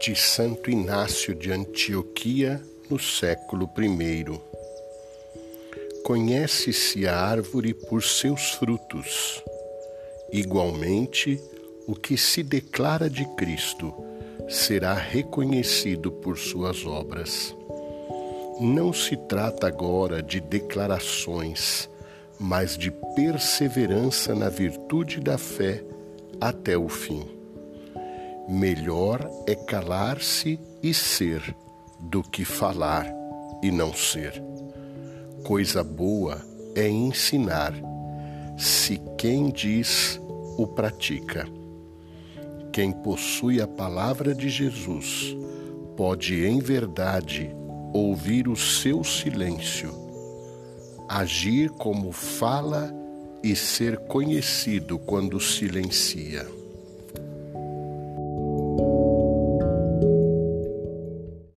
de Santo Inácio de Antioquia, no século I. Conhece-se a árvore por seus frutos. Igualmente, o que se declara de Cristo será reconhecido por suas obras. Não se trata agora de declarações, mas de perseverança na virtude da fé até o fim. Melhor é calar-se e ser, do que falar e não ser. Coisa boa é ensinar, se quem diz o pratica. Quem possui a palavra de Jesus pode, em verdade, ouvir o seu silêncio, agir como fala e ser conhecido quando silencia.